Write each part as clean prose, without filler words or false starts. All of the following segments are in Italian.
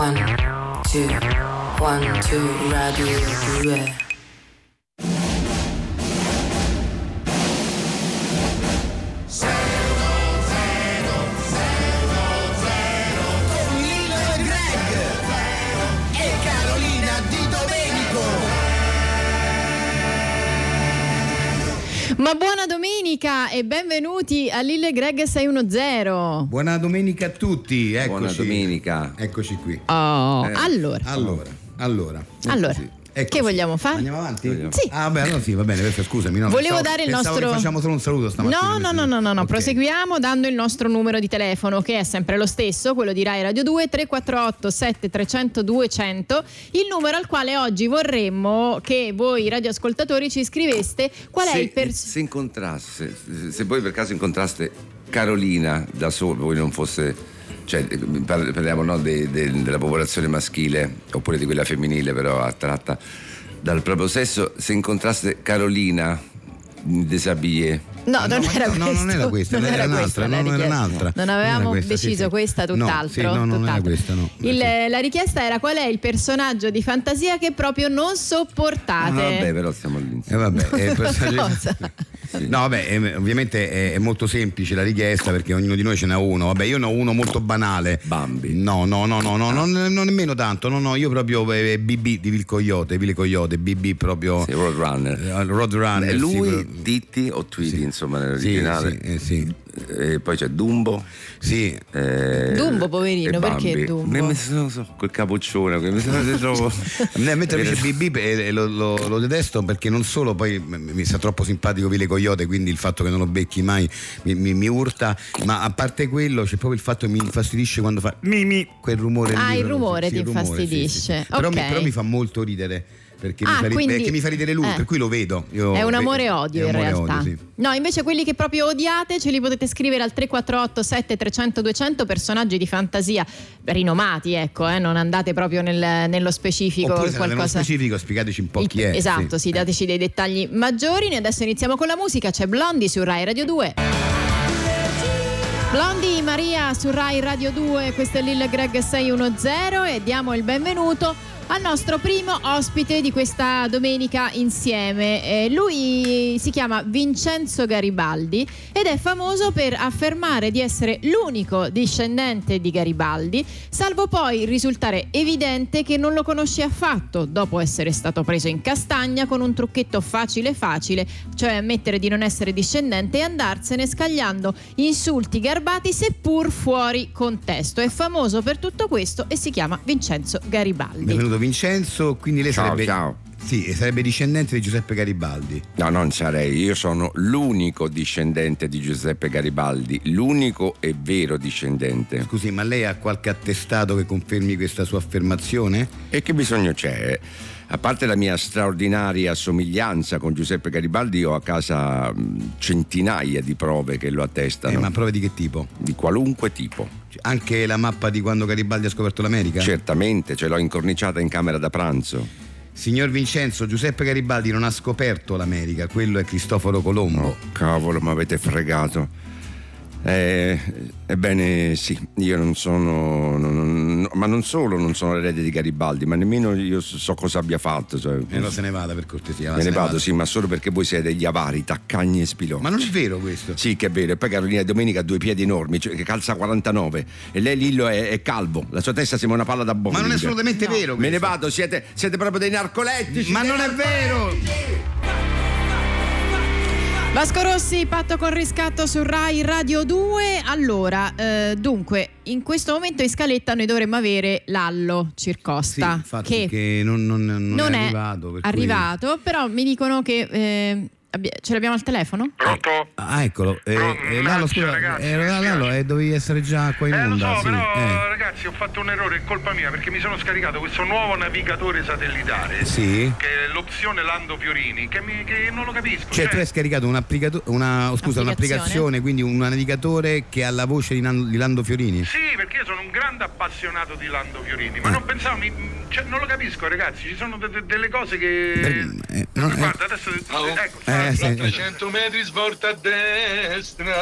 1, 2, Radio 2. Ma buona domenica e benvenuti a Lille Greg 610. Buona domenica a tutti, eccoci. Buona domenica. Eccoci qui. Oh, Allora. Che vogliamo fare? Andiamo avanti? Sì. Ah, beh, no, sì, va bene, scusami. No, Volevo dare il nostro. Che facciamo solo un saluto stamattina. No. Okay. Proseguiamo dando il nostro numero di telefono, che è sempre lo stesso, quello di Rai Radio 2, 348 7300 200. Il numero al quale oggi vorremmo che voi radioascoltatori ci scriveste qual è il se incontraste, se voi per caso incontraste Carolina da solo, voi non fosse. Cioè, parliamo no, della popolazione maschile oppure di quella femminile, però attratta dal proprio sesso. Se incontraste Carolina Desabie, non era questa, era un'altra. Non avevamo deciso questa, tutt'altro. Non era questa, no. La richiesta era: qual è il personaggio di fantasia che proprio non sopportate? Vabbè, però stiamo lì. Sì. No, vabbè, ovviamente è molto semplice la richiesta, perché ognuno di noi ce n'ha uno. Vabbè, io ne ho uno molto banale. Bambi. No, non nemmeno tanto. No, io proprio BB di Vile Coyote, BB proprio. Sì, Roadrunner. Lui, Titti o Tweety, insomma, nell'originale. Sì. E poi c'è Dumbo. Sì. Dumbo, poverino, perché Dumbo? Non so, quel capoccione. A me invece BB lo detesto, perché non solo poi mi sta troppo simpatico Vile Coyote, quindi il fatto che non lo becchi mai mi urta, ma a parte quello c'è proprio il fatto che mi infastidisce quando fa quel rumore lì. Il rumore ti infastidisce. Sì. Però mi fa molto ridere, perché mi fa ridere lui, per cui lo vedo. È un amore e odio in realtà. Sì. No, invece quelli che proprio odiate ce li potete scrivere al 348 7300 200, personaggi di fantasia rinomati, ecco, non andate proprio nello specifico. Oppure se nello specifico spiegateci un po' chi è. Esatto, sì, dateci dei dettagli maggiori. Noi adesso iniziamo con la musica, c'è Blondie su Rai Radio 2. Blondie, Maria su Rai Radio 2, questo è Lille Greg 610 e diamo il benvenuto al nostro primo ospite di questa domenica insieme. Lui si chiama Vincenzo Garibaldi ed è famoso per affermare di essere l'unico discendente di Garibaldi, salvo poi risultare evidente che non lo conosce affatto, dopo essere stato preso in castagna con un trucchetto facile, cioè ammettere di non essere discendente e andarsene scagliando insulti garbati seppur fuori contesto. È famoso per tutto questo e si chiama Vincenzo Garibaldi. Benvenuto Vincenzo, quindi lei ciao. Sì, sarebbe discendente di Giuseppe Garibaldi. No, non sarei, io sono l'unico discendente di Giuseppe Garibaldi, l'unico e vero discendente. Scusi, ma lei ha qualche attestato che confermi questa sua affermazione? E che bisogno c'è? A parte la mia straordinaria somiglianza con Giuseppe Garibaldi, ho a casa centinaia di prove che lo attestano. Ma prove di che tipo? Di qualunque tipo. Anche la mappa di quando Garibaldi ha scoperto l'America? Certamente, ce l'ho incorniciata in camera da pranzo. Signor Vincenzo, Giuseppe Garibaldi non ha scoperto l'America, quello è Cristoforo Colombo. Oh, cavolo, mi avete fregato. Ebbene sì, io non sono ma non solo non sono erede di Garibaldi, ma nemmeno io so cosa abbia fatto, cioè. No, se ne vada, per cortesia. Me ne vado, sì, ma solo perché voi siete degli avari, taccagni e spilocchi. Ma non è vero questo? Sì, che è vero. E poi Carolina Domenica ha 2 piedi enormi, cioè, che calza 49, e lei Lillo è calvo, la sua testa sembra una palla da bowling. Ma non è assolutamente vero questo. Me ne vado, siete proprio dei narcolettici. Ma non è vero! Vasco Rossi, Patto con riscatto su Rai Radio 2. Allora, dunque, in questo momento in scaletta noi dovremmo avere Lallo Circosta, sì, infatti, che non è arrivato, però mi dicono che ce l'abbiamo al telefono? Pronto? Eccolo. Lallo, scusa, Lallo, dovevi essere già qua in onda. Lo so, sì, però ragazzi, ho fatto un errore, è colpa mia, perché mi sono scaricato questo nuovo navigatore satellitare. Sì. Che è l'opzione Lando Fiorini, che non lo capisco. Cioè tu hai scaricato un'applicazione, quindi un navigatore che ha la voce di Lando Fiorini? Sì, perché io sono un grande appassionato di Lando Fiorini, ma non pensavo, non lo capisco, ragazzi, ci sono delle cose che... Guarda, adesso... ecco, 400 metri svolta a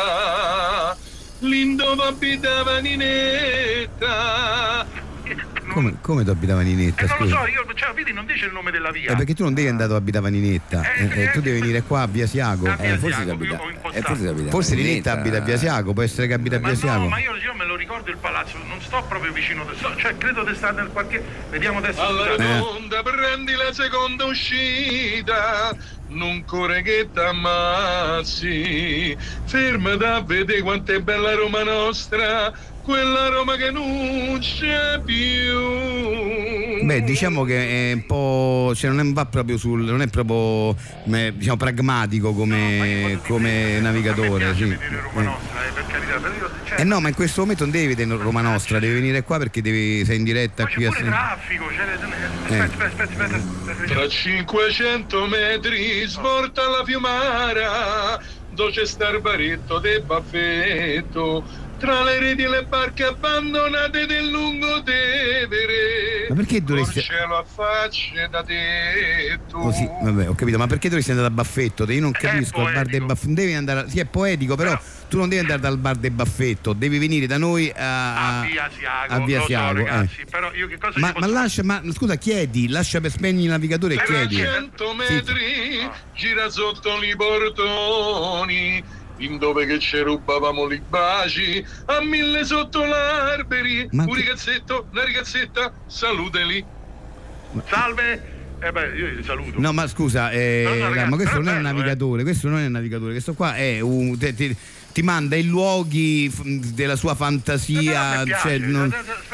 destra, l'Indo abitava Ninetta. come tu abitava Ninetta? Non lo so, io, cioè, vedi, non dice il nome della via. Perché tu non devi andare dove abitava Ninetta, tu devi venire qua a Via Siago. Forse Ninetta abita a Via Siago, può essere che abita a Via Siago. No, ma io me lo ricordo il palazzo, non sto proprio vicino, cioè credo di stare nel qualche. Vediamo adesso. Alla rotonda prendi la seconda uscita, non corre che t'ammassi, fermati a vedere quanto è bella Roma nostra, quella Roma che non c'è più. Beh, diciamo che è un po', cioè non va proprio non è proprio diciamo pragmatico come navigatore. A me piace sì. vedere Roma nostra, per carità, però io, cioè, No, ma in questo momento non devi vedere Roma nostra, devi venire qua perché sei in diretta poi qui c'è a pure traffico, aspetta. Tra 500 metri svolta alla Fiumara, dove c'è sta il baretto del baffetto, tra le reti e le barche abbandonate del Lungotevere. Ma perché dovresti... Col cielo a facce da tetto. Oh, sì, vabbè, ho capito, ma perché dovresti andare al baffetto? Io non capisco, al bar del baffetto. Devi andare, sì, è poetico, però tu non devi andare dal bar del baffetto, devi venire da noi a Via Siago. Ragazzi, però io che cosa ma scusa, chiedi, lascia per spegni il navigatore e chiedi. 100 metri gira sotto i portoni, in dove che ci rubavamo li baci, a 1000 sotto l'alberi, un ragazzetto, una ragazzetta, saluteli. Salve. Io li saluto. No, ma scusa, ragazzi, ma questo non è un bello, navigatore, questo non è un navigatore, questo qua è un ti manda in luoghi della sua fantasia, cioè non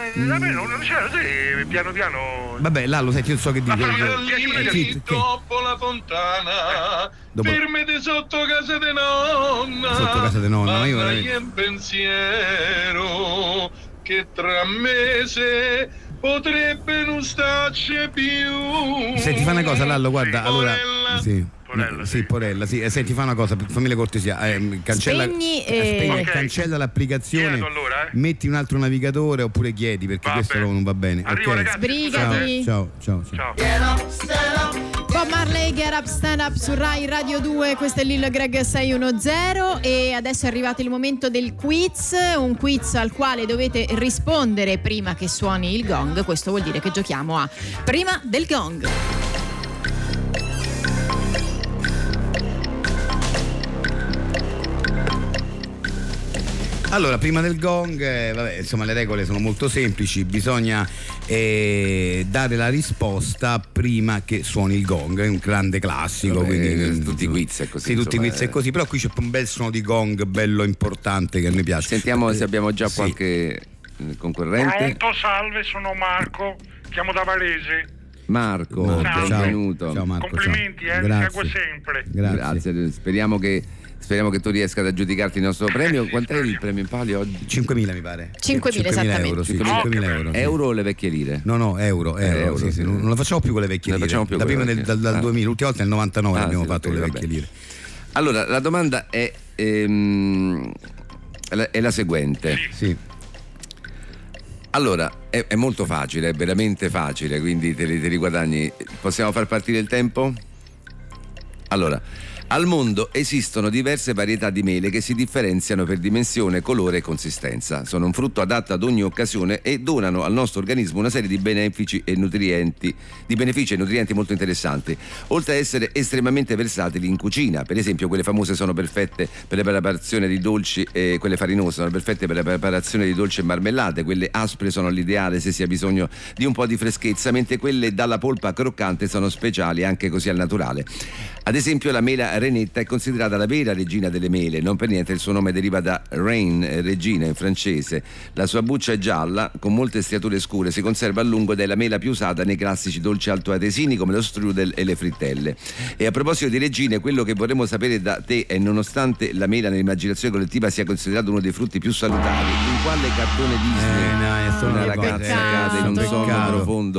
piano piano. Vabbè, là lo senti, io so che dico. Dopo la fontana, fermete sotto casa di nonna. Sotto casa di nonna, ma io veramente in pensiero che tra mese potrebbe non starci più. Senti, fa una cosa, Lallo, guarda, allora Porella, sì. Senti, fa una cosa, fammi la cortesia, cancella l'applicazione, allora, metti un altro navigatore oppure chiedi, perché questo non va bene. Arrivo, okay? ragazzi. Sbrigati. Ciao. Bob Marley, Get Up, Stand Up su Rai Radio 2, questo è Lil Greg 610 e adesso è arrivato il momento del quiz, un quiz al quale dovete rispondere prima che suoni il gong, questo vuol dire che giochiamo a Prima del Gong. Allora, prima del gong, insomma, le regole sono molto semplici, bisogna dare la risposta prima che suoni il gong, è un grande classico. Quindi, tutti i quiz è così. Sì, tutti i quiz è così, però qui c'è un bel suono di gong bello importante che a noi piace. Sentiamo se abbiamo già qualche concorrente. Pronto, salve, sono Marco, chiamo da Varese. Marco, benvenuto. Ciao Marco. Complimenti, ciao. Seguo sempre. Grazie. Speriamo che tu riesca ad aggiudicarti il nostro premio. Quant'è il premio in palio oggi? 5.000 mi pare. 5.000 esattamente. Euro, sì, 5.000 euro. Euro o le vecchie lire? No, euro. Sì. Non lo facciamo più con le vecchie lire. Da prima dal 2000, l'ultima volta nel 99 abbiamo fatto con le vecchie lire. Allora, la domanda è la seguente. Sì. Allora, è molto facile, è veramente facile, quindi te li guadagni. Possiamo far partire il tempo? Allora, al mondo esistono diverse varietà di mele che si differenziano per dimensione, colore e consistenza. Sono un frutto adatto ad ogni occasione e donano al nostro organismo una serie di benefici e nutrienti molto interessanti. Oltre a essere estremamente versatili in cucina, per esempio quelle famose sono perfette per la preparazione di dolci e quelle farinose sono perfette per la preparazione di dolci e marmellate, quelle aspre sono l'ideale se si ha bisogno di un po' di freschezza, mentre quelle dalla polpa croccante sono speciali anche così al naturale. Ad esempio la mela renetta è considerata la vera regina delle mele, non per niente il suo nome deriva da reine, regina in francese. La sua buccia è gialla con molte striature scure, si conserva a lungo ed è la mela più usata nei classici dolci altoatesini come lo strudel e le frittelle. E a proposito di regine, quello che vorremmo sapere da te è, nonostante la mela nell'immaginazione collettiva sia considerato uno dei frutti più salutari, in quale cartone Disney una ragazza cade in un sonno profondo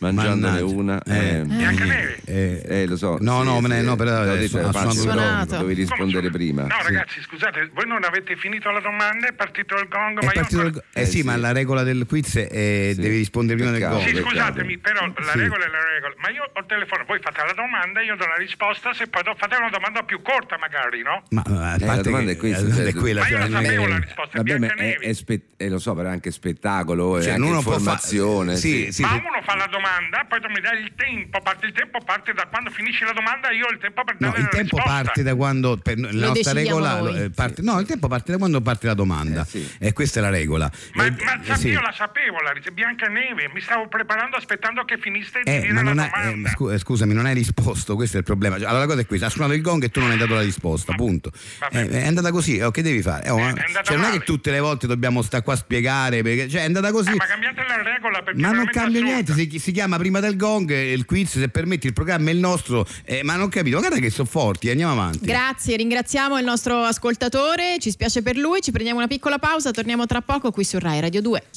mangiandone una. Biancaneve. Lo so. No, però ha suonato. Dovevi rispondere prima. No, ragazzi, scusate, voi non avete finito la domanda, è partito il gong, ma io sì, ma la regola del quiz è devi rispondere prima del gong. Sì, scusatemi, però la regola è la regola. Ma io ho telefonato, voi fate la domanda, io do la risposta, se poi fate una domanda più corta magari, no? Ma a parte la domanda è questa, è quella, ma io non sapevo la risposta, lo so, però è anche spettacolo, è anche uno informazione. Ma uno fa la domanda, poi tu mi dai il tempo parte da quando finisci la domanda, io ho il tempo per dare la risposta. Il tempo parte da quando la nostra regola il tempo parte da quando parte la domanda. E questa è la regola. Ma io la sapevo, Biancaneve, mi stavo preparando aspettando che finiste di dire la domanda. Scusami, non hai risposto, questo è il problema. Allora la cosa è questa: ha suonato il gong e tu non hai dato la risposta, punto. È andata così, che devi fare? Non è che tutte le volte dobbiamo stare qua a spiegare, perché è andata così. Ma cambiate la regola, perché ma non cambia niente, si chiama prima del gong il quiz, se permetti, il programma è il nostro, ma non capito, guarda che sono forti, andiamo avanti. Grazie, ringraziamo il nostro ascoltatore, ci spiace per lui, ci prendiamo una piccola pausa, torniamo tra poco qui su Rai Radio 2.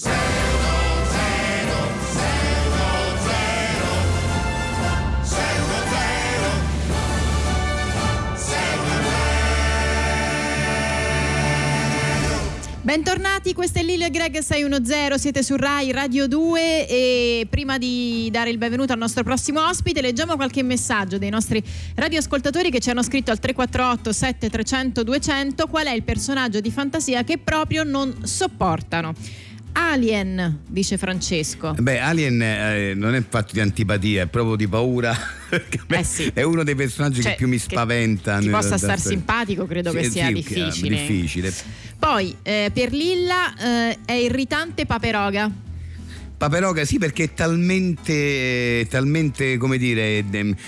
Bentornati, questo è Lillo e Greg 610, siete su Rai Radio 2 e prima di dare il benvenuto al nostro prossimo ospite leggiamo qualche messaggio dei nostri radioascoltatori che ci hanno scritto al 348 7300 200 qual è il personaggio di fantasia che proprio non sopportano. Alien, dice Francesco. Alien non è fatto di antipatia, è proprio di paura. Sì. È uno dei personaggi che più mi spaventa. Ti possa star simpatico, credo che sia difficile. Poi per Lilla è irritante Paperoga. Paperoga sì, perché è talmente come dire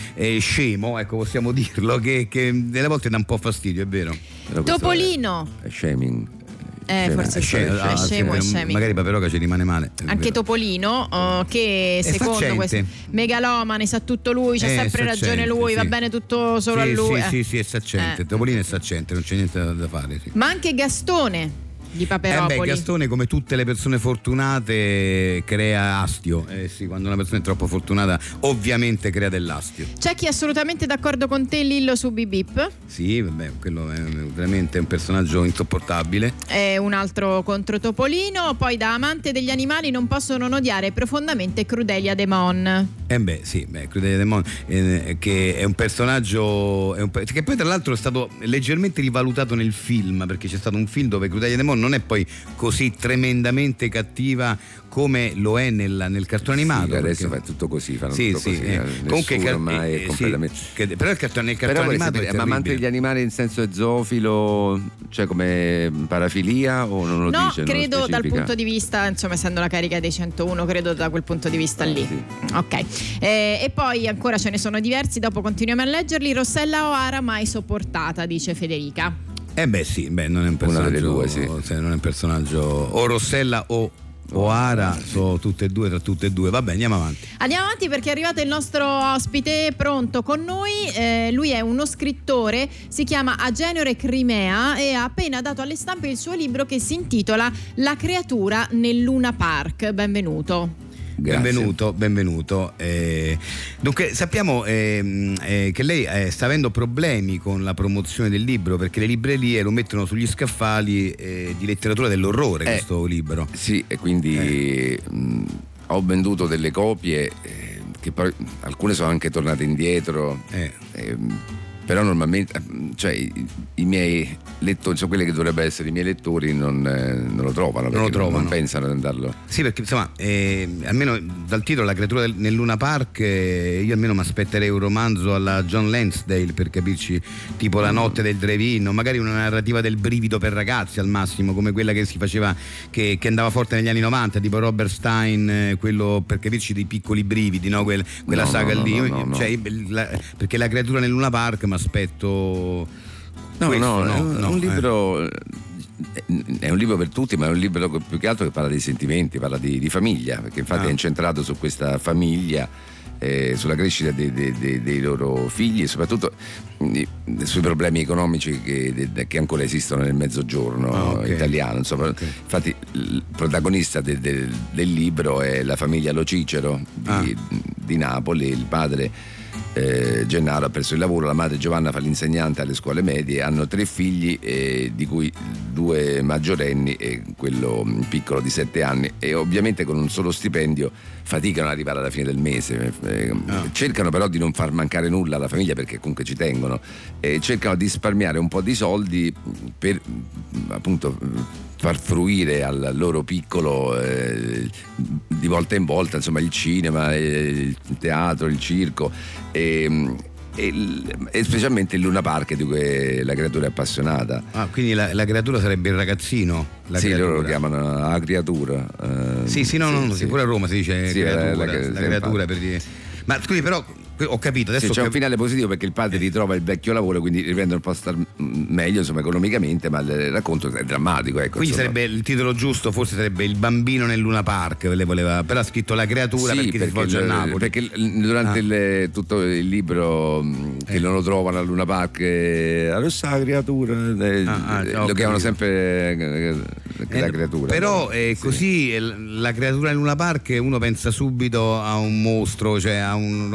scemo, ecco, possiamo dirlo, che delle volte dà un po' fastidio, è vero. Topolino È shaming. Forse è scemo. Magari Paperoga ci rimane male. Anche Topolino che secondo questo megalomane, sa tutto lui, c'ha sempre ragione lui, va bene tutto solo a lui. Sì, è saccente. Topolino è saccente, non c'è niente da fare. Sì. Ma anche Gastone di Paperopoli. Gastone, come tutte le persone fortunate, crea astio. Sì, quando una persona è troppo fortunata ovviamente crea dell'astio. C'è chi è assolutamente d'accordo con te, Lillo, su Bip Bip? Sì, vabbè, quello è veramente un personaggio insopportabile. È un altro contro Topolino. Poi da amante degli animali non posso non odiare profondamente Crudelia De Mon. Crudelia De Mon che è un personaggio che poi tra l'altro è stato leggermente rivalutato nel film, perché c'è stato un film dove Crudelia De Mon non è poi così tremendamente cattiva come lo è nel cartone animato. Adesso fa tutto così, fanno tutto così. Comunque ormai è completamente. Però il cartone animato è ma amante degli animali in senso zoofilo, cioè come parafilia o non lo dice? No, credo dal punto di vista, insomma, essendo la carica dei 101, credo da quel punto di vista lì. Sì. Ok. E poi ancora ce ne sono diversi, dopo continuiamo a leggerli. Rossella O'Hara mai sopportata, dice Federica. Non è un personaggio. Una delle due, sì. Non è un personaggio. O Rossella o O'Hara, sono tutte e due, tra tutte e due. Vabbè, andiamo avanti perché è arrivato il nostro ospite pronto con noi. Lui è uno scrittore, si chiama Agenore Crimea e ha appena dato alle stampe il suo libro che si intitola La creatura nel Luna Park. Benvenuto. Grazie. Benvenuto. Dunque sappiamo che lei sta avendo problemi con la promozione del libro, perché le librerie lo mettono sugli scaffali di letteratura dell'orrore, questo libro. Sì, e quindi ho venduto delle copie che poi alcune sono anche tornate indietro. Però normalmente, cioè, i miei lettori, cioè quelli che dovrebbero essere i miei lettori, non lo trovano, non pensano di andarlo. Sì, perché insomma, almeno dal titolo La creatura nel Luna Park, io almeno mi aspetterei un romanzo alla John Lansdale, per capirci, tipo La notte del drive-in, o magari una narrativa del brivido per ragazzi al massimo, come quella che si faceva, che andava forte negli anni 90, tipo Robert Stein, quello, per capirci, dei piccoli brividi, no? Quella saga lì. Cioè, perché La creatura nel Luna Park mi aspetto un libro, è un libro per tutti, ma è un libro più che altro che parla dei sentimenti, parla di famiglia, perché infatti è incentrato su questa famiglia, sulla crescita dei loro figli e soprattutto sui problemi economici che ancora esistono nel mezzogiorno italiano. Insomma, infatti il protagonista del libro è la famiglia Lo Cicero di Napoli. Il padre Gennaro ha perso il lavoro, la madre Giovanna fa l'insegnante alle scuole medie, hanno 3 figli di cui 2 maggiorenni e quello piccolo di 7 anni, e ovviamente con un solo stipendio faticano ad arrivare alla fine del mese. Cercano però di non far mancare nulla alla famiglia, perché comunque ci tengono, e cercano di risparmiare un po' di soldi per appunto far fruire al loro piccolo di volta in volta, insomma, il cinema, il teatro, il circo e specialmente il Luna Park, di cui la creatura è appassionata. Quindi la creatura sarebbe il ragazzino? Loro lo chiamano la creatura. Sì, pure a Roma si dice creatura, la creatura, per dire. Ma scusi, però ho capito adesso. C'è un finale positivo, perché il padre ritrova il vecchio lavoro, quindi riprendono un po' a star meglio, insomma, economicamente, ma il racconto è drammatico, ecco. Quindi sarebbe il titolo giusto, forse sarebbe Il bambino nel Luna Park, però ha scritto la creatura, perché si svolge a Napoli. Perché durante tutto il libro che non lo trovano al Luna Park, la creatura lo chiamano sempre la creatura. Però così la creatura nel Luna Park, uno pensa subito a un mostro, cioè a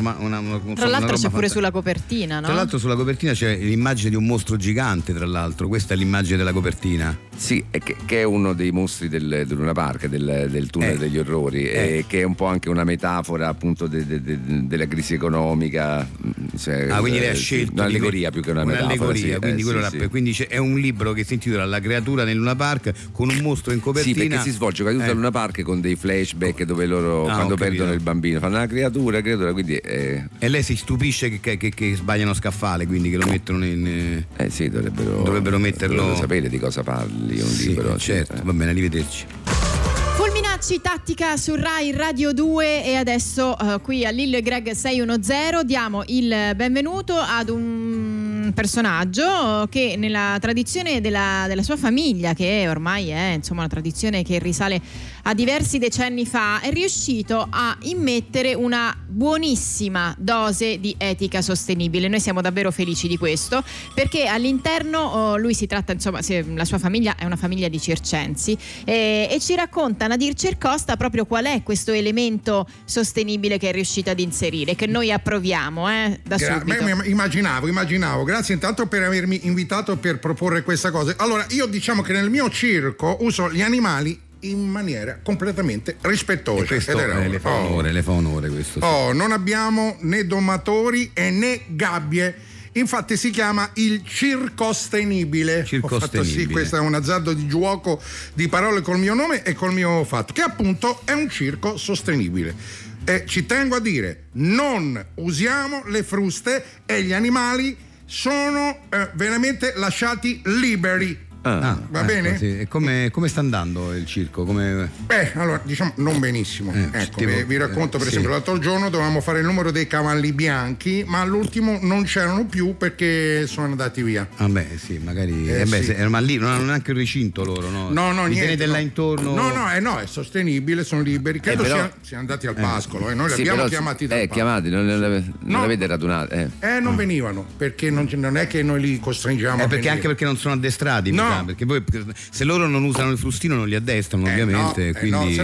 tra l'altro c'è pure sulla copertina, no? Tra l'altro sulla copertina c'è l'immagine di un mostro gigante, tra l'altro questa è l'immagine della copertina. Sì, che è uno dei mostri del Luna Park, del tunnel degli orrori, e che è un po' anche una metafora appunto della crisi economica. Quindi lei ha scelto un'allegoria più che una metafora. Quindi è un libro che si intitola La creatura nel Luna Park, con un mostro in copertina. Sì, perché si svolge quasi tutto al Luna Park, con dei flashback dove loro quando perdono il bambino fanno la creatura, quindi e lei si stupisce che sbagliano scaffale, quindi che lo mettono in sì, dovrebbero metterlo. Dovrebbero sapere di cosa parli un libro. Certo, va bene, arrivederci. Fulminacci Tattica su Rai Radio 2, e adesso qui a Lil Greg 610 diamo il benvenuto ad un personaggio che nella tradizione della sua famiglia, che ormai è insomma una tradizione che risale a diversi decenni fa, è riuscito a immettere una buonissima dose di etica sostenibile. Noi siamo davvero felici di questo, perché all'interno lui si tratta, insomma, la sua famiglia è una famiglia di circensi, e ci racconta Nadir Cercosta proprio qual è questo elemento sostenibile che è riuscita ad inserire, che noi approviamo da subito. Immaginavo, grazie intanto per avermi invitato per proporre questa cosa. Allora, io diciamo che nel mio circo uso gli animali in maniera completamente rispettosa. E questo le fa onore questo. Sì. Non abbiamo né domatori e né gabbie. Infatti si chiama il circostenibile. Sì, questo è un azzardo di gioco di parole col mio nome e col mio fatto, che appunto è un circo sostenibile. E ci tengo a dire, non usiamo le fruste e gli animali sono veramente lasciati liberi. Va bene? Sì. E come sta andando il circo? Allora, diciamo non benissimo. Vi racconto per esempio, l'altro giorno dovevamo fare il numero dei cavalli bianchi, ma all'ultimo non c'erano più perché sono andati via. Sì, magari. Ma lì non hanno neanche un recinto loro, no? No, niente. Tenete là intorno? No, è sostenibile, sono liberi. Credo siano andati al pascolo. Noi li abbiamo chiamati dal chiamati, non l'avete radunati. Non venivano, perché non è che noi li costringiamo. Perché anche perché non sono addestrati. No. Perché poi se loro non usano il frustino non li addestrano ovviamente, quindi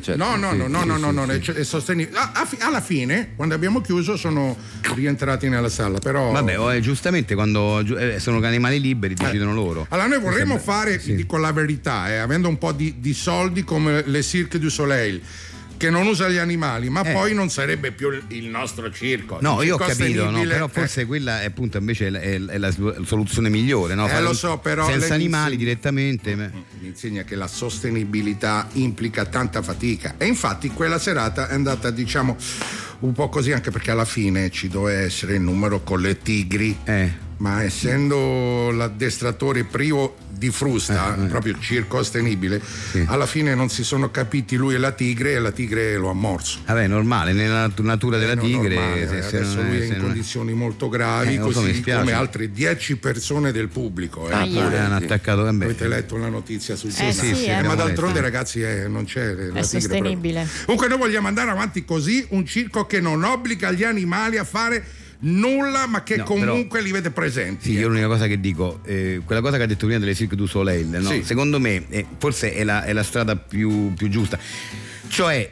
no, è sostenibile. Alla fine, quando abbiamo chiuso, sono rientrati nella sala, però giustamente quando sono animali liberi decidono loro. Allora noi vorremmo fare, dico la verità, avendo un po' di soldi come le Cirque du Soleil, che non usa gli animali, ma poi non sarebbe più il nostro circo. No, io ho capito, però forse quella è appunto invece è la soluzione migliore, no? Lo so, però senza animali direttamente. Mi insegna che la sostenibilità implica tanta fatica, e infatti quella serata è andata, diciamo, un po' così, anche perché alla fine ci doveva essere il numero con le tigri. Ma essendo l'addestratore privo di frusta, proprio circostenibile, alla fine non si sono capiti lui e la tigre lo ha morso. Normale, nella natura della tigre. Adesso lui è in condizioni molto gravi, così come altre 10 persone del pubblico. Hanno attaccato. Avete letto la notizia sul giornale? Ma d'altronde, ragazzi, non c'è la è sostenibile. Comunque noi vogliamo andare avanti così, un circo che non obbliga gli animali a fare nulla, ma che comunque li vede presenti. Io l'unica cosa che dico, quella cosa che ha detto prima delle Cirque du Soleil, secondo me forse è la strada più giusta, cioè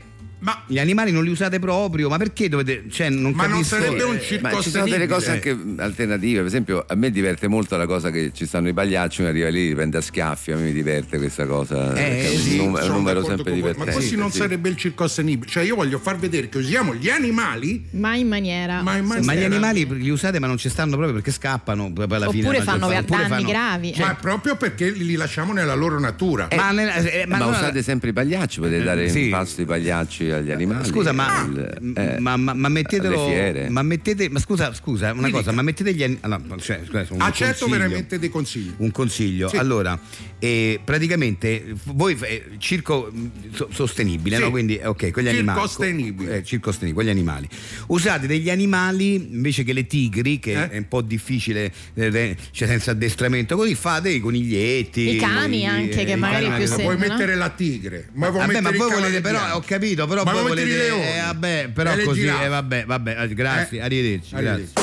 Ma gli animali non li usate proprio, ma perché dovete, cioè non ma capisco. Non sarebbe un circo ma ci sono delle cose anche alternative, per esempio a me diverte molto la cosa che ci stanno i pagliacci, uno arriva lì, prende a schiaffi, a me mi diverte questa cosa, sì, è un numero sempre divertente. Ma così non sarebbe il circo sostenibile, cioè io voglio far vedere che usiamo gli animali ma in maniera ma gli animali li usate ma non ci stanno proprio perché scappano poi alla fine, oppure fanno danni gravi, ma proprio perché li lasciamo nella loro natura. Ma usate sempre i pagliacci, potete dare in pasto i pagliacci agli animali. Scusa, ma mettetelo, ma scusa una cosa, ma mettete gli accetto veramente dei consigli. Un consiglio. Sì. Allora, praticamente voi circo sostenibile, no? Quindi ok, con gli animali. Circo sostenibile, con gli animali. Usate degli animali invece che le tigri, che è un po' difficile, cioè senza addestramento, così fate i coniglietti, i cani anche, che magari è più semplice. Vuoi mettere la tigre? Ma voi volete, però ho capito, però voi volete vabbè, però così vabbè, grazie, arrivederci.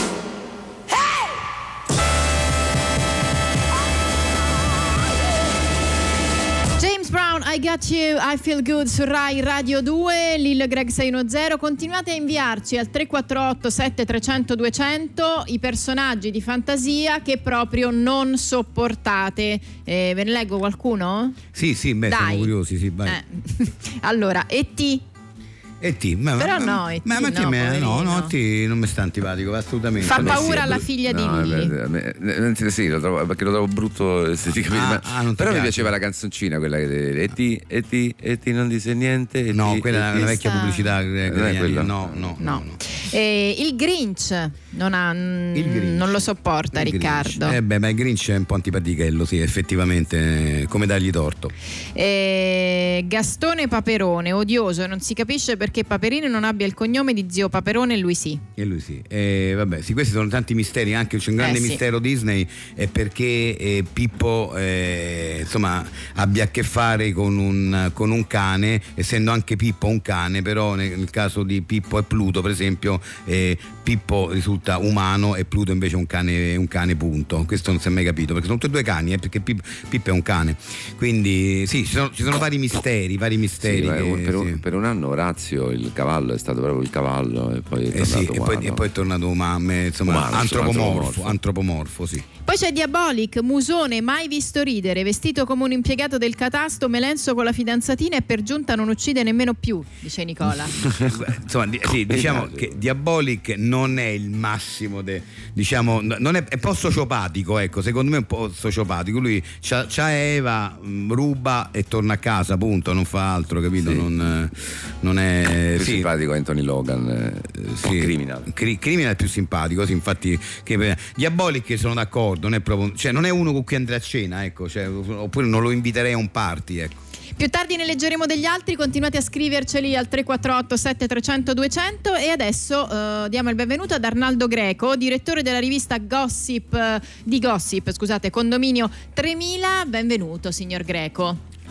Brown, I Got You, I Feel Good su Rai Radio 2, Lil Greg 610. Continuate a inviarci al 348 7300 200 i personaggi di fantasia che proprio non sopportate. Ve ne leggo qualcuno? Sì, dai. Siamo curiosi, sì, vai. Allora, E.T. Però no, E.T. No, E.T. non mi sta antipatico assolutamente. Fa paura alla figlia di Lily. Sì, lo trovo, perché lo trovo brutto esteticamente. Però mi piaceva la canzoncina, quella che E.T. non dice niente. No, quella è una vecchia pubblicità. No. Il Grinch non lo sopporta Riccardo. Ma il Grinch è un po' antipatichello, sì, effettivamente, come dargli torto. Gastone Paperone, odioso, non si capisce perché Paperini non abbia il cognome di zio Paperone e lui sì. Vabbè, sì, questi sono tanti misteri, anche c'è un grande mistero Disney, è perché Pippo insomma abbia a che fare con un cane, essendo anche Pippo un cane, però nel caso di Pippo e Pluto, per esempio, Pippo risulta umano e Pluto invece un cane punto. Questo non si è mai capito, perché sono tutti e due cani, perché Pippo è un cane. Quindi sì, ci sono vari misteri. Sì, per un anno Orazio, il cavallo, è stato proprio il cavallo e poi è tornato umano. E poi è tornato umano, insomma, antropomorfo, sì. Poi c'è Diabolic, musone, mai visto ridere, vestito come un impiegato del catasto, melenso con la fidanzatina e per giunta non uccide nemmeno più, dice Nicola. Insomma, sì, diciamo che Diabolic non è il massimo non è un po' sociopatico, ecco, secondo me è un po' sociopatico. Lui c'ha Eva, ruba e torna a casa, punto, non fa altro, capito? Sì. Non è più simpatico Anthony Logan, Criminal è più simpatico, sì, infatti Diabolic sono d'accordo, non è proprio, cioè non è uno con cui andrei a cena, ecco, cioè, oppure non lo inviterei a un party, ecco. Più tardi ne leggeremo degli altri, continuate a scriverceli al 348 7300 200 e adesso diamo il benvenuto ad Arnaldo Greco, direttore della rivista Gossip, Condominio 3000. Benvenuto signor Greco.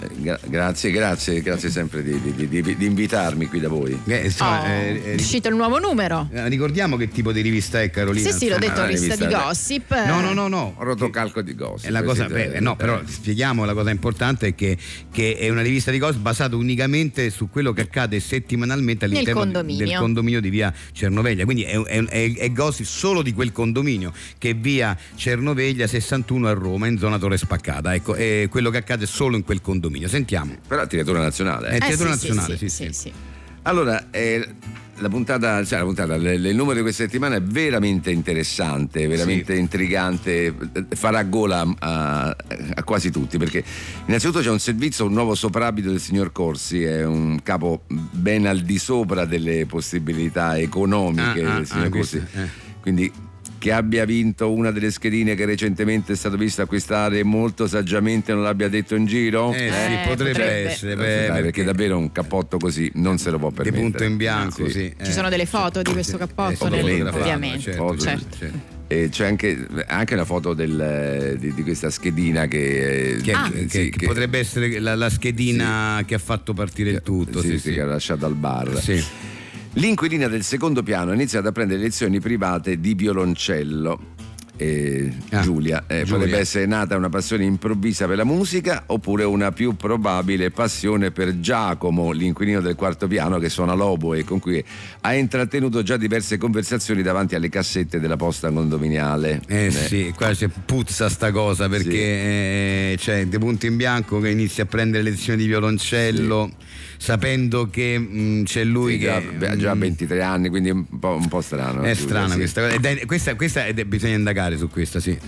Grazie sempre di invitarmi qui da voi. È uscito il nuovo numero. Ricordiamo che tipo di rivista è, Carolina? Sì, l'ho detto, rivista di Gossip. No. Rotocalco di Gossip. È la cosa, però spieghiamo, la cosa importante è che è una rivista di Gossip basata unicamente su quello che accade settimanalmente all'interno del condominio di via Cernoveglia. Quindi è Gossip solo di quel condominio, che è via Cernoveglia 61 a Roma, in zona Torre Spaccata. Ecco, è quello che accade solo in quel condominio. Sentiamo. Però tiratura nazionale. Nazionale. Allora, la puntata, il numero di questa settimana è veramente interessante, veramente intrigante, farà gola a quasi tutti, perché innanzitutto c'è un nuovo soprabito del signor Corsi, è un capo ben al di sopra delle possibilità economiche del signor Corsi. Quindi che abbia vinto una delle schedine che recentemente è stato visto acquistare molto saggiamente non l'abbia detto in giro? Sì, potrebbe essere. Perché davvero un cappotto così non se lo può permettere. Di punto in bianco, sì. Ci sono delle foto di questo cappotto, ovviamente. Certo. E c'è anche una foto di questa schedina che potrebbe essere la schedina che ha fatto partire il tutto. Che ha lasciato al bar. Sì. L'inquilina del secondo piano ha iniziato a prendere lezioni private di violoncello Giulia. Potrebbe essere nata una passione improvvisa per la musica, oppure una più probabile passione per Giacomo, l'inquilino del quarto piano che suona l'oboe e con cui ha intrattenuto già diverse conversazioni davanti alle cassette della posta condominiale. Sì, qua c'è puzza sta cosa, perché c'è De Punto in Bianco che inizia a prendere lezioni di violoncello, sapendo che c'è lui che ha già 23 anni, quindi è un po' strano. È strana questa cosa. Questa bisogna indagare su questa, sì.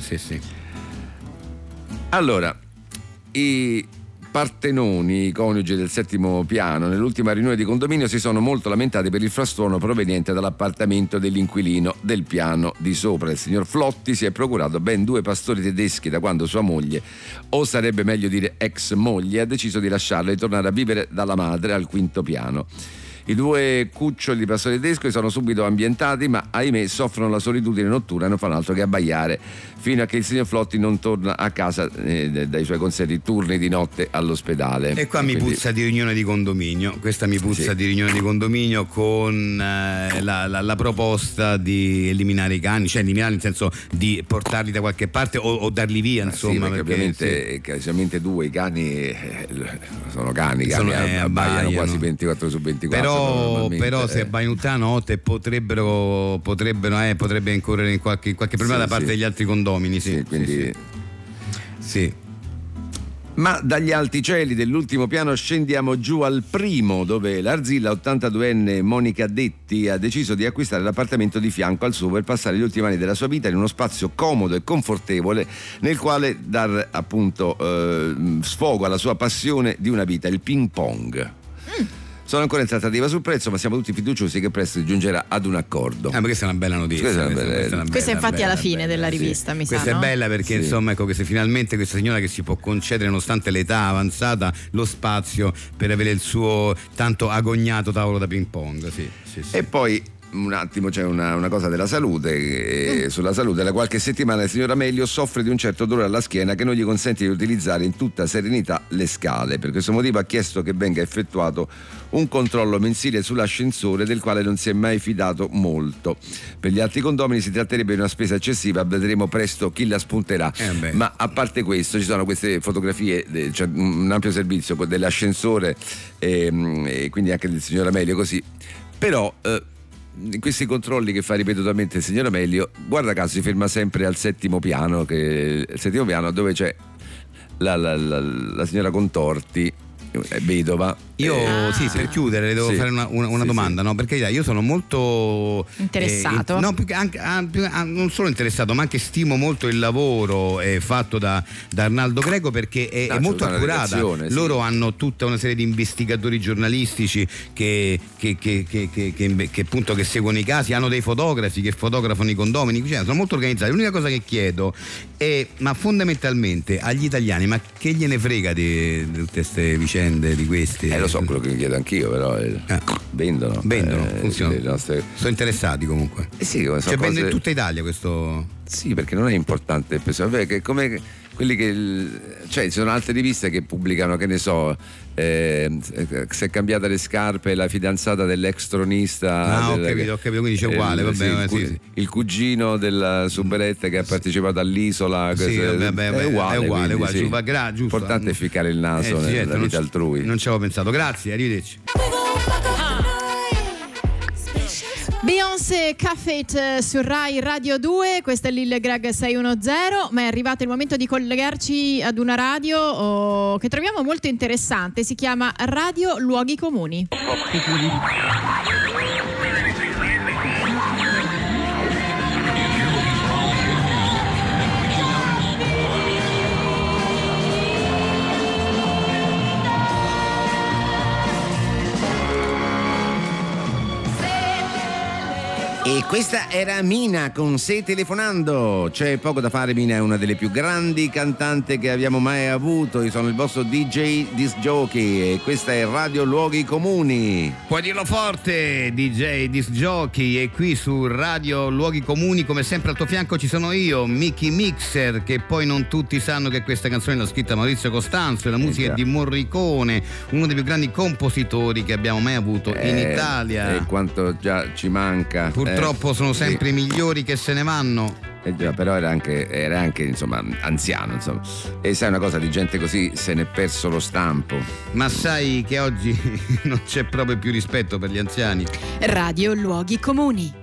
Allora, i Partenoni, i coniugi del settimo piano, nell'ultima riunione di condominio si sono molto lamentati per il frastuono proveniente dall'appartamento dell'inquilino del piano di sopra. Il signor Flotti si è procurato ben 2 pastori tedeschi da quando sua moglie, o sarebbe meglio dire ex moglie, ha deciso di lasciarlo e tornare a vivere dalla madre al quinto piano. I 2 cuccioli di pastore tedesco sono subito ambientati, ma ahimè soffrono la solitudine notturna e non fanno altro che abbaiare fino a che il signor Flotti non torna a casa dai suoi consueti turni di notte all'ospedale. E qua mi puzza di riunione di condominio. Questa mi puzza di riunione di condominio con la proposta di eliminare i cani, cioè eliminare nel senso di portarli da qualche parte o darli via, insomma. Perché ovviamente casualmente 2 i cani sono cani abbaiano quasi 24 su 24. Però se abbaiano tutta la notte potrebbe incorrere in qualche problema da parte degli altri condomini. Sì. Ma dagli alti cieli dell'ultimo piano scendiamo giù al primo, dove l'Arzilla 82enne Monica Detti ha deciso di acquistare l'appartamento di fianco al suo per passare gli ultimi anni della sua vita in uno spazio comodo e confortevole nel quale dar appunto sfogo alla sua passione di una vita, il ping pong. Sono ancora in trattativa sul prezzo, ma siamo tutti fiduciosi che presto si giungerà ad un accordo. Ma questa è una bella notizia. Questa infatti è alla fine della rivista, mi sa. Questa è bella perché insomma, ecco, che se finalmente questa signora che si può concedere, nonostante l'età avanzata, lo spazio per avere il suo tanto agognato tavolo da ping pong. E poi un attimo c'è una cosa della salute. Sulla salute, da qualche settimana il signor Amelio soffre di un certo dolore alla schiena che non gli consente di utilizzare in tutta serenità le scale. Per questo motivo ha chiesto che venga effettuato un controllo mensile sull'ascensore, del quale non si è mai fidato molto. Per gli altri condomini si tratterebbe di una spesa eccessiva, vedremo presto chi la spunterà. Ma a parte questo ci sono queste fotografie, cioè un ampio servizio dell'ascensore e quindi anche del signor Amelio così. Però in questi controlli che fa ripetutamente il signor Amelio, guarda caso si ferma sempre al settimo piano, dove c'è la signora Contorti, vedova. Io per chiudere le devo fare una domanda, no? Perché io sono molto interessato, non solo interessato, ma anche stimo molto il lavoro fatto da Arnaldo Greco, perché è molto accurata. Loro hanno tutta una serie di investigatori giornalistici che appunto che seguono i casi, hanno dei fotografi che fotografano i condomini, cioè sono molto organizzati. L'unica cosa che chiedo è, ma fondamentalmente agli italiani, ma che gliene frega di tutte queste vicende di questi? Lo so, quello che mi chiedo anch'io, però vendono, funziona. Sono interessati comunque. Vende in tutta Italia questo? Sì, perché non è importante, che come quelli che, cioè, ci sono altre riviste che pubblicano, che ne so, si è cambiata le scarpe la fidanzata dell'ex tronista. Ho capito, quindi c'è uguale, il cugino della Superetta che ha partecipato all'Isola. È uguale. Giusto. L'importante è ficcare il naso nella vita altrui. Non ci avevo pensato. Grazie, arrivederci. Beyoncé Café su Rai Radio 2, questo è Lil Greg 610, ma è arrivato il momento di collegarci ad una radio che troviamo molto interessante, si chiama Radio Luoghi Comuni. E questa era Mina con Se Telefonando. C'è poco da fare, Mina è una delle più grandi cantanti che abbiamo mai avuto. Io sono il vostro DJ Disc Jockey e questa è Radio Luoghi Comuni. Puoi dirlo forte, DJ Disc Jockey, e qui su Radio Luoghi Comuni come sempre al tuo fianco ci sono io, Mickey Mixer, che poi non tutti sanno che questa canzone l'ha scritta Maurizio Costanzo e la musica è di Morricone, uno dei più grandi compositori che abbiamo mai avuto in Italia. E quanto già ci manca. Purtroppo sono sempre i migliori che se ne vanno. Già, però era anche insomma anziano, insomma. E sai una cosa, di gente così se n'è perso lo stampo. Ma sai che oggi non c'è proprio più rispetto per gli anziani? Radio Luoghi Comuni.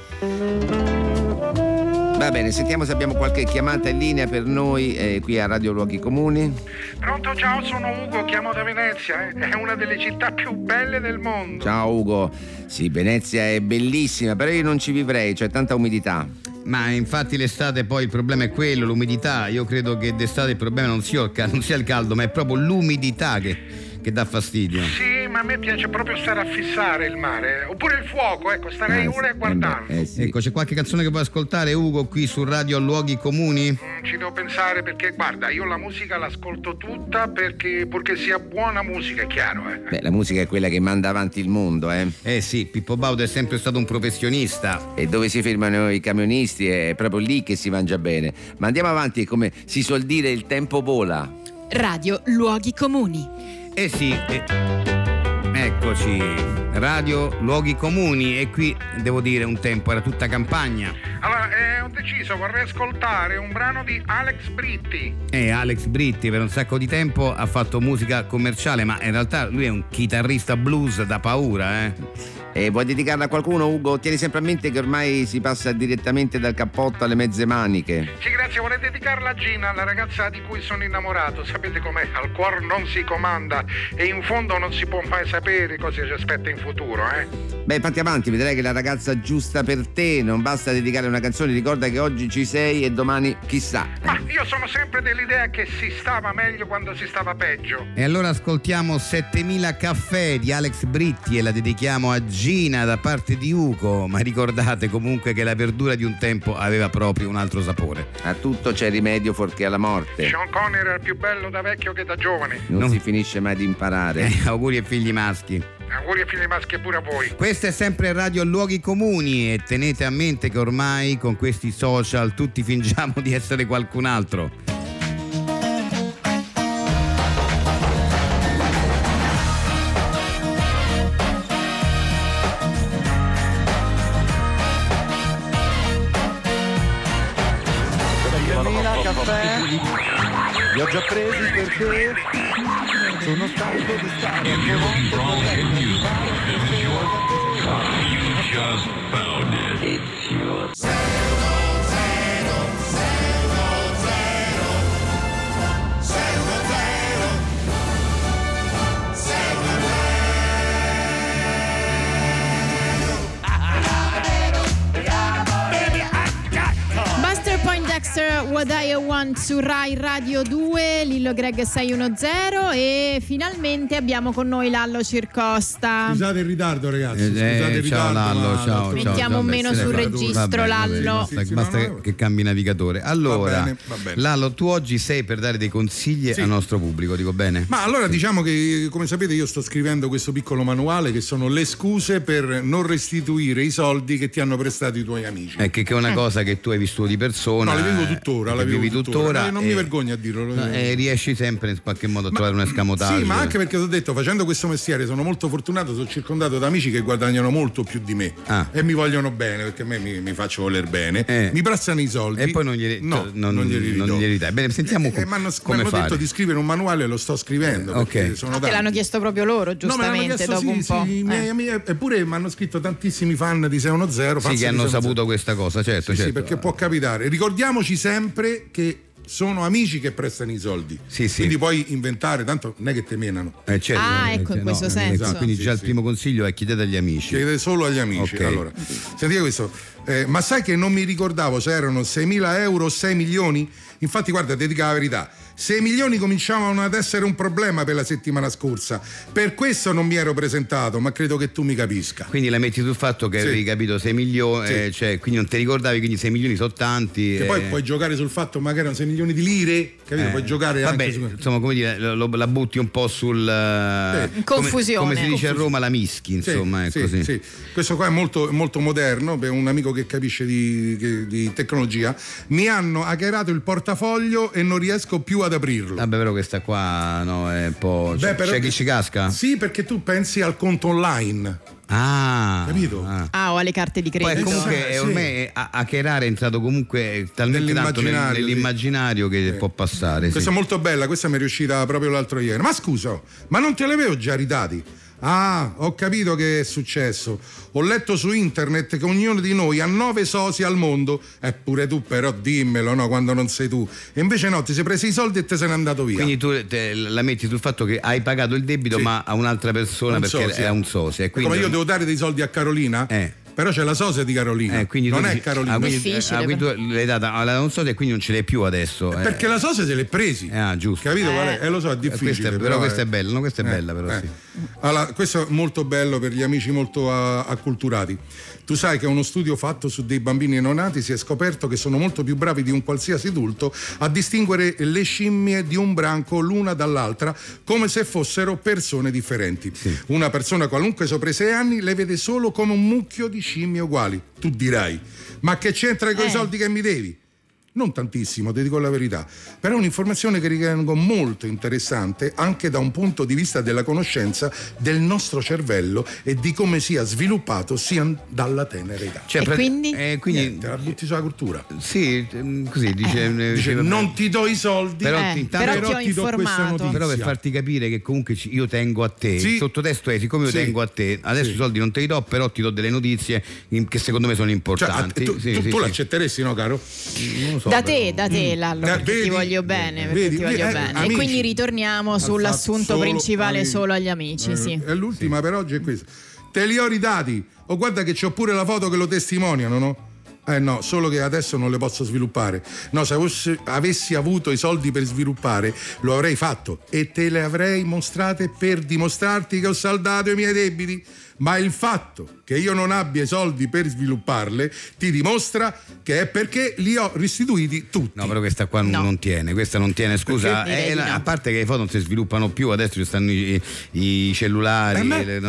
Va bene, sentiamo se abbiamo qualche chiamata in linea per noi qui a Radio Luoghi Comuni. Pronto, ciao, sono Ugo, chiamo da Venezia, è una delle città più belle del mondo. Ciao Ugo, sì, Venezia è bellissima, però io non ci vivrei, c'è tanta umidità. Ma infatti l'estate poi il problema è quello, l'umidità. Io credo che d'estate il problema non sia il caldo, ma è proprio l'umidità che dà fastidio. Sì, ma a me piace proprio stare a fissare il mare. Oppure il fuoco, ecco, starei ore a guardarlo. Sì. Ecco, c'è qualche canzone che puoi ascoltare, Ugo, qui su Radio Luoghi Comuni? Ci devo pensare perché, guarda, io la musica l'ascolto tutta purché sia buona musica, è chiaro, Beh, la musica è quella che manda avanti il mondo, Sì, Pippo Baudo è sempre stato un professionista. E dove si fermano i camionisti è proprio lì che si mangia bene. Ma andiamo avanti, come si suol dire, il tempo vola. Radio Luoghi Comuni. Sì, eccoci, Radio Luoghi Comuni, e qui devo dire un tempo era tutta campagna. Allora, ho deciso, vorrei ascoltare un brano di Alex Britti. Alex Britti per un sacco di tempo ha fatto musica commerciale, ma in realtà lui è un chitarrista blues da paura, E vuoi dedicarla a qualcuno, Ugo? Tieni sempre a mente che ormai si passa direttamente dal cappotto alle mezze maniche. Sì, grazie, vorrei dedicarla a Gina, la ragazza di cui sono innamorato. Sapete com'è? Al cuore non si comanda e in fondo non si può mai sapere cosa ci aspetta in futuro, Beh, fatti avanti, vedrai che è la ragazza giusta per te. Non basta dedicare una canzone, ricorda che oggi ci sei e domani chissà. Ma io sono sempre dell'idea che si stava meglio quando si stava peggio. E allora ascoltiamo 7000 caffè di Alex Britti e la dedichiamo a Gina da parte di Ugo, ma ricordate comunque che la verdura di un tempo aveva proprio un altro sapore. A tutto c'è rimedio fuorché alla morte. Sean Connery era più bello da vecchio che da giovane. Non si finisce mai di imparare. Auguri ai figli maschi. Auguri ai figli maschi pure a voi. Questo è sempre Radio Luoghi Comuni e tenete a mente che ormai con questi social tutti fingiamo di essere qualcun altro. Li ho già presi perché sono stanco di stare anche volte. What I Want su Rai Radio 2, Lillo Greg 610 e finalmente abbiamo con noi Lallo Circosta. Scusate il ritardo, ragazzi. Scusate il ciao ritardo, Lallo, ciao. Mettiamo meno sul registro, Lallo. Basta che cambi navigatore. Allora, va bene. Lallo, tu oggi sei per dare dei consigli al nostro pubblico, dico bene? Ma allora diciamo che, come sapete, io sto scrivendo questo piccolo manuale che sono le scuse per non restituire i soldi che ti hanno prestato i tuoi amici. Che è una cosa che tu hai vissuto di persona. No, le vivo tuttora. Non mi vergogno a dirlo. Riesci sempre in qualche modo a trovare un escamotaggio. Sì, ma anche perché ti ho detto, facendo questo mestiere sono molto fortunato, sono circondato da amici che guadagnano molto più di me e mi vogliono bene, perché a me mi faccio voler bene, mi prestano i soldi e poi non glieli dai. Bene, sentiamo come mi hanno detto di scrivere un manuale e lo sto scrivendo. Te l'hanno chiesto proprio loro, giustamente, dopo un po'. I miei amici, eppure mi hanno scritto tantissimi fan di 610. Sì, che hanno saputo questa cosa, certo. Sì, perché può capitare. Ricordiamoci sempre che sono amici che prestano i soldi, quindi puoi inventare, tanto non è che te menano. Certo, ecco, in questo senso. Esatto, quindi già il primo consiglio è chiedete agli amici. Chiedete solo agli amici. Allora, sentite questo. Ma sai che non mi ricordavo se erano 6.000 euro o 6 milioni? Infatti, guarda, ti dico la verità. 6 milioni cominciavano ad essere un problema per la settimana scorsa. Per questo non mi ero presentato, ma credo che tu mi capisca. Quindi la metti sul fatto che avevi capito 6 milioni, quindi non ti ricordavi, quindi 6 milioni sono tanti. Che poi puoi giocare sul fatto magari erano 6 milioni di lire, capito? Puoi giocare anche su... insomma, come dire, la butti un po' sul confusione. Come si dice a Roma, la mischi, insomma, così. Sì. Questo qua è molto, molto moderno, per un amico che capisce di tecnologia. Mi hanno hackerato il portafoglio e non riesco più ad ad aprirlo. Vabbè, però questa qua no, è un po'. C'è chi ci casca? Sì, perché tu pensi al conto online. Capito? O alle carte di credito. Poi comunque ormai hackerare è entrato comunque talmente tanto nell'immaginario che può passare. Questa è molto bella, questa mi è riuscita proprio l'altro ieri. Ma scusa, ma non te l'avevo già ridati? Ho capito che è successo. Ho letto su internet che ognuno di noi ha 9 soci al mondo. Pure tu però dimmelo, no, quando non sei tu. E invece no, ti sei preso i soldi e te sei andato via. Quindi tu la metti sul fatto che hai pagato il debito ma a un'altra persona perché è un socio. Come io devo dare dei soldi a Carolina? Però c'è la sosia di Carolina, non è Carolina. Quindi tu l'hai data alla un sosia e quindi non ce l'hai più adesso. Perché la sosia se l'è presi. Giusto. Capito? Lo so, è difficile. Però questa è bella, no? Questa è bella, però sì. Allora, questo è molto bello per gli amici molto acculturati. Tu sai che uno studio fatto su dei bambini neonati si è scoperto che sono molto più bravi di un qualsiasi adulto a distinguere le scimmie di un branco l'una dall'altra come se fossero persone differenti. Sì. Una persona qualunque sopra i 6 anni le vede solo come un mucchio di scimmie uguali. Tu dirai, ma che c'entra con i soldi che mi devi? Non tantissimo, ti dico la verità, però è un'informazione che ritengo molto interessante anche da un punto di vista della conoscenza del nostro cervello e di come sia sviluppato sia dalla tenera età. E quindi? Niente, la butti sulla cultura. Sì, così dice non ti do i soldi, però ti do questa notizia. Però per farti capire che comunque io tengo a te, il sottotesto è siccome io tengo a te, adesso i soldi non te li do, però ti do delle notizie che secondo me sono importanti. Tu l'accetteresti, no, caro? Da te Lallo, perché ti voglio bene, amici, e quindi ritorniamo sull'assunto principale solo agli amici. Sì. E l'ultima per oggi è questa. Te li ho ridati. Guarda che c'ho pure la foto che lo testimoniano, no? No, solo che adesso non le posso sviluppare. No, se avessi avuto i soldi per sviluppare lo avrei fatto e te le avrei mostrate per dimostrarti che ho saldato i miei debiti. Ma il fatto che io non abbia i soldi per svilupparle ti dimostra che è perché li ho restituiti tutti. No, però questa qua non tiene, questa non tiene, scusa. A parte che le foto non si sviluppano più, adesso ci stanno i cellulari.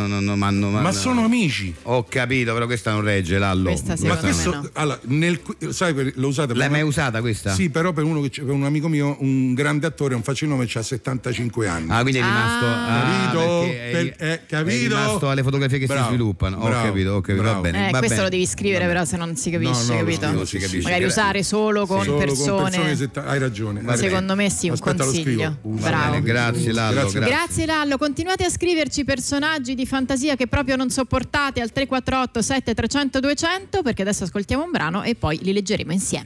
Ma sono amici. Ho capito, però questa non regge, Lallo. Questa secondo me no. Allora, sai, l'ho usata. L'hai mai usata questa? Sì, però per un amico mio, un grande attore, un facinome, c'ha 75 anni. Quindi è rimasto. Capito? È rimasto alle fotografie che si sviluppano. Ho capito, va bene. Questo lo devi scrivere, però se non si capisce, capito? Non si capisce. Magari usare solo con persone. Hai ragione. Secondo me sì, un consiglio. Bravo. Grazie Lallo. Grazie Lallo. Continuate a scriverci personaggi di fantasia che proprio non sopportate al 348 7300 200, perché adesso ascoltiamo un brano e poi li leggeremo insieme.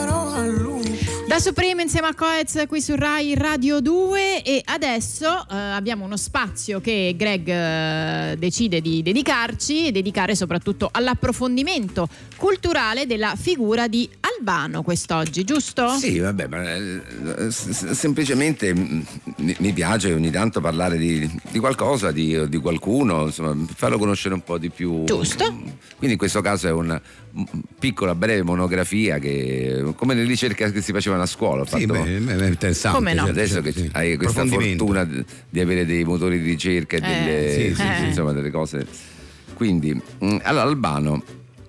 Da Supreme insieme a Coez qui su Rai Radio 2, e adesso abbiamo uno spazio che Greg decide di dedicare soprattutto all'approfondimento culturale della figura di Albano quest'oggi, giusto? Sì, vabbè, ma semplicemente mi piace ogni tanto parlare di qualcosa, di qualcuno, insomma, farlo conoscere un po' di più. Giusto. Quindi in questo caso è una piccola breve monografia che, come le ricerche che si facevano a scuola, è interessante. Come no? Adesso che hai questa fortuna di avere dei motori di ricerca e insomma delle cose. Quindi allora Albano,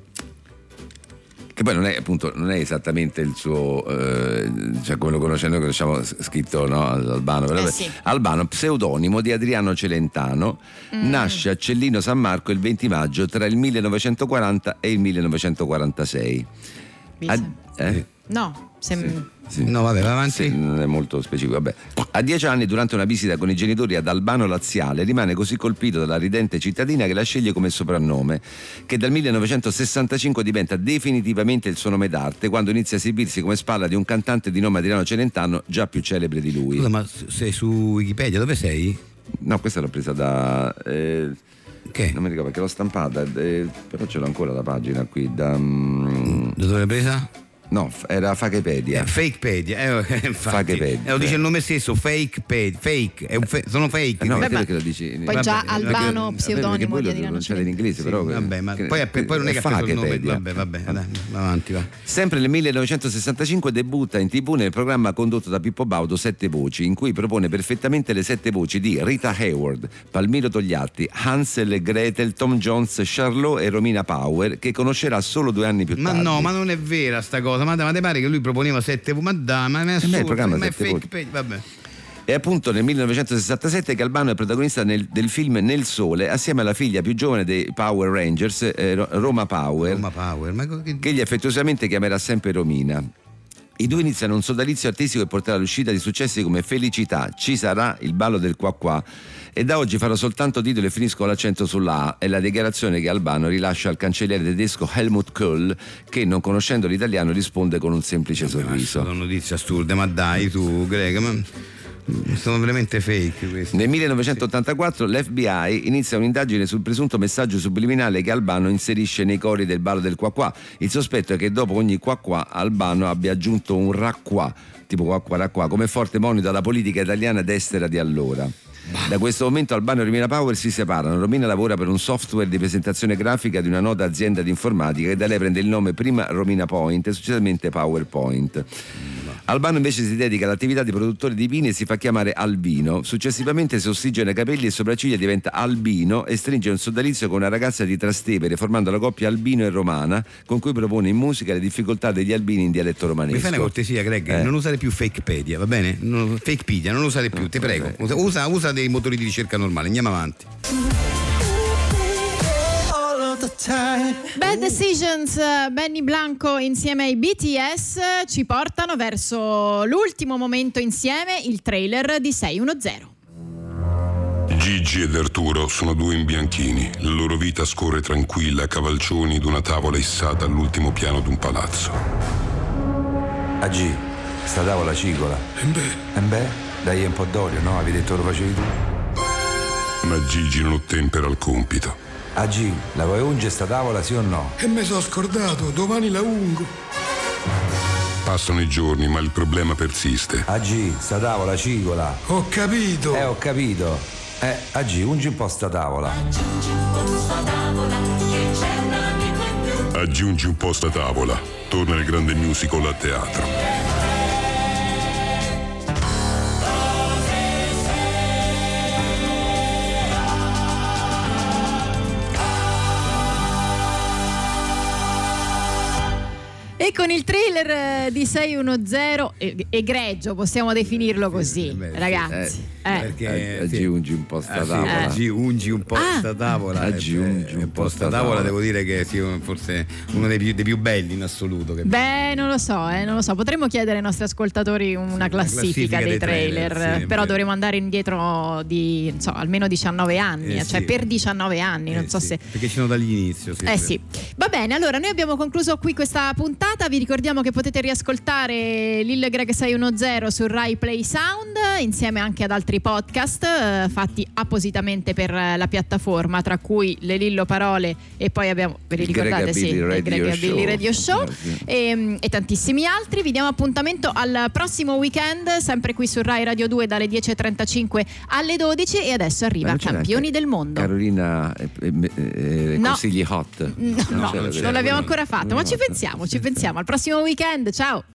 che poi non è esattamente il suo cioè come lo conosciamo, noi conosciamo scritto, no, Albano, però Albano, pseudonimo di Adriano Celentano, nasce a Cellino San Marco il 20 maggio tra il 1940 e il 1946. No, Sì. No, vabbè, va avanti. Sì, non è molto specifico. Vabbè. A 10 anni, durante una visita con i genitori ad Albano Laziale, rimane così colpito dalla ridente cittadina che la sceglie come soprannome, che dal 1965 diventa definitivamente il suo nome d'arte, quando inizia a esibirsi come spalla di un cantante di nome Adriano Celentano, già più celebre di lui. Scusa, ma sei su Wikipedia? Dove sei? No, questa l'ho presa da... Che? Non mi ricordo perché l'ho stampata, però ce l'ho ancora la pagina qui. Da dove l'hai presa? No, era Fakepedia. Fakepedia, Fakepedia. Lo dice il nome stesso, fake, sono fake. No, perché lo dici? Poi già Albano, pseudonimo di Adriano non c'era in inglese, però. Vabbè, ma poi non è che ha preso il nome. Vabbè, dai, avanti, va. Sempre nel 1965 debutta in TV nel programma condotto da Pippo Baudo, 7 voci, in cui propone perfettamente le 7 voci di Rita Hayworth, Palmiro Togliatti, Hansel e Gretel, Tom Jones, Charlot e Romina Power, che conoscerà solo 2 anni più tardi. Ma no, ma non è vera sta cosa. cosa, ma ti pare che lui proponeva 7 ma dai, ma è assurdo, il programma ma è 7 fake voti. page, vabbè. E appunto nel 1967 Galvano è protagonista del film Nel Sole assieme alla figlia più giovane dei Power Rangers, Roma Power, che egli affettuosamente chiamerà sempre Romina. I due iniziano un sodalizio artistico che porterà all'uscita di successi come Felicità, Ci sarà, Il ballo del qua qua, e da oggi farò soltanto titoli e finisco l'accento sulla A, è la dichiarazione che Albano rilascia al cancelliere tedesco Helmut Kohl, che non conoscendo l'italiano risponde con un semplice sorriso. Sono notizie assurde, ma dai tu Greg, ma sono veramente fake questi. Nel 1984 l'FBI inizia un'indagine sul presunto messaggio subliminale che Albano inserisce nei cori del ballo del qua qua. Il sospetto è che dopo ogni qua qua Albano abbia aggiunto un racqua, tipo qua qua racqua, come forte monito alla politica italiana ed estera di allora. Da questo momento Albano e Romina Power si separano. Romina lavora per un software di presentazione grafica di una nota azienda di informatica che da lei prende il nome prima Romina Point e successivamente PowerPoint. Albano invece si dedica all'attività di produttore di vini e si fa chiamare Albino. Successivamente si ossigena i capelli e sopracciglia, diventa Albino e stringe un sodalizio con una ragazza di Trastevere, formando la coppia Albino e Romana, con cui propone in musica le difficoltà degli albini in dialetto romanesco. Mi fai una cortesia, Greg, non usare più Fakepedia, va bene? Fakepedia, non lo usare più, ti prego. Usa dei motori di ricerca normali, andiamo avanti. Bad Decisions, Benny Blanco insieme ai BTS ci portano verso l'ultimo momento insieme, il trailer di 610. Gigi ed Arturo sono due imbianchini. La loro vita scorre tranquilla a cavalcioni d'una tavola issata all'ultimo piano d'un palazzo. Agì, sta tavola cicola. Beh, dai un po' d'olio, no? Avevi detto lo facevi tu? Ma Gigi non ottempera al compito. Agì, la vuoi ungere sta tavola, sì o no? E me sono scordato, domani la ungo. Passano i giorni, ma il problema persiste. Agì, sta tavola cicola. Ho capito. Ho capito. Agì, ungi un po' sta tavola. Aggiungi un po' sta tavola. Torna il grande musical a teatro. E con il trailer di 610 egregio, possiamo definirlo così, ragazzi. Perché aggiungi un po' sta tavola. Aggiungi un po' sta tavola. Aggiungi un po' sta tavola. Devo dire che sì, forse uno dei più belli in assoluto. Beh, non lo so. Potremmo chiedere ai nostri ascoltatori una classifica dei trailer, però dovremo andare indietro di almeno 19 anni, cioè per 19 anni, non so se. Perché ci sono dagli inizi. Sì. Va bene, allora noi abbiamo concluso qui questa puntata. Vi ricordiamo che potete riascoltare Lil Greg 610 su Rai Play Sound insieme anche ad altri podcast fatti appositamente per la piattaforma, tra cui le Lillo Parole e poi abbiamo, ve li ricordate? Il Greg Radio Show e tantissimi altri. Vi diamo appuntamento al prossimo weekend sempre qui su Rai Radio 2 dalle 10.35 alle 12 e adesso arriva Campioni del Mondo. Carolina consigli hot? No, non l'abbiamo ancora fatto, ma ci pensiamo al prossimo weekend. Ciao.